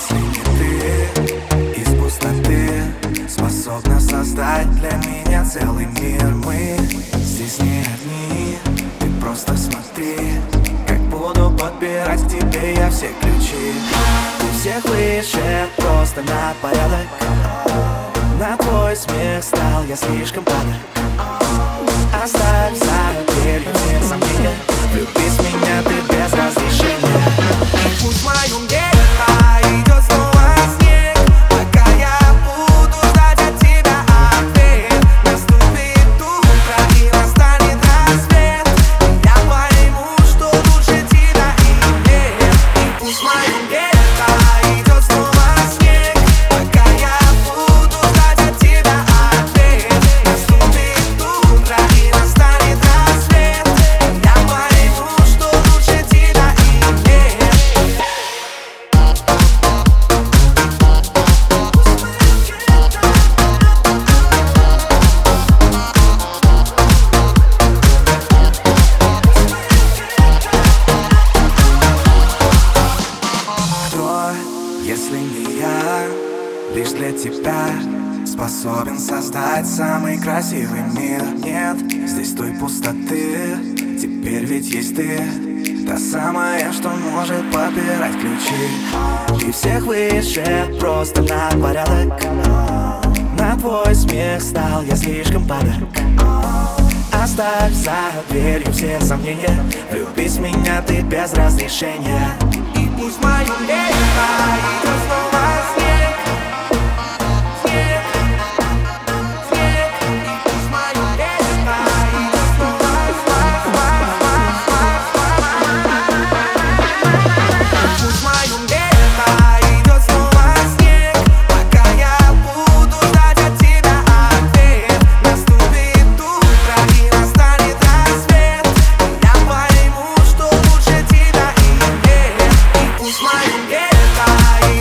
Если не ты, из пустоты способна создать для меня целый мир. Мы здесь не одни, ты просто смотри, как буду подбирать к тебе я все ключи. У всех выше просто на порядок. На твой смех стал я слишком падок. Оставь за дверью все сомнения, влюбись в меня ты без разрешения. И пусть в моем небе идет снова снег, пока я буду ждать от тебя ответ. Наступит утро и настанет рассвет, и я пойму, что лучше тебя и нет. И пусть в моем небе идет снова снег, пока я буду ждать от тебя ответ. Наступит утро и настанет рассвет, и я пойму, что лучше тебя и нет. Кто, если не я, лишь для тебя способен создать самый красивый мир? Нет здесь той пустоты, теперь ведь есть ты, та самая, что может подбирать ключи. И всех выше просто на порядок. На твой смех стал я слишком падок. Оставь за дверью все сомнения, влюбись в меня ты без разрешения. И пусть в моем небе идет снова снег, снег, снег. И пусть в моем небе идет снова пусть в моем небе идет снова снег, пока я буду ждать от тебя ответ. Наступит утро и настанет рассвет, и я пойму, что лучше тебя и нет. И пусть в моем небе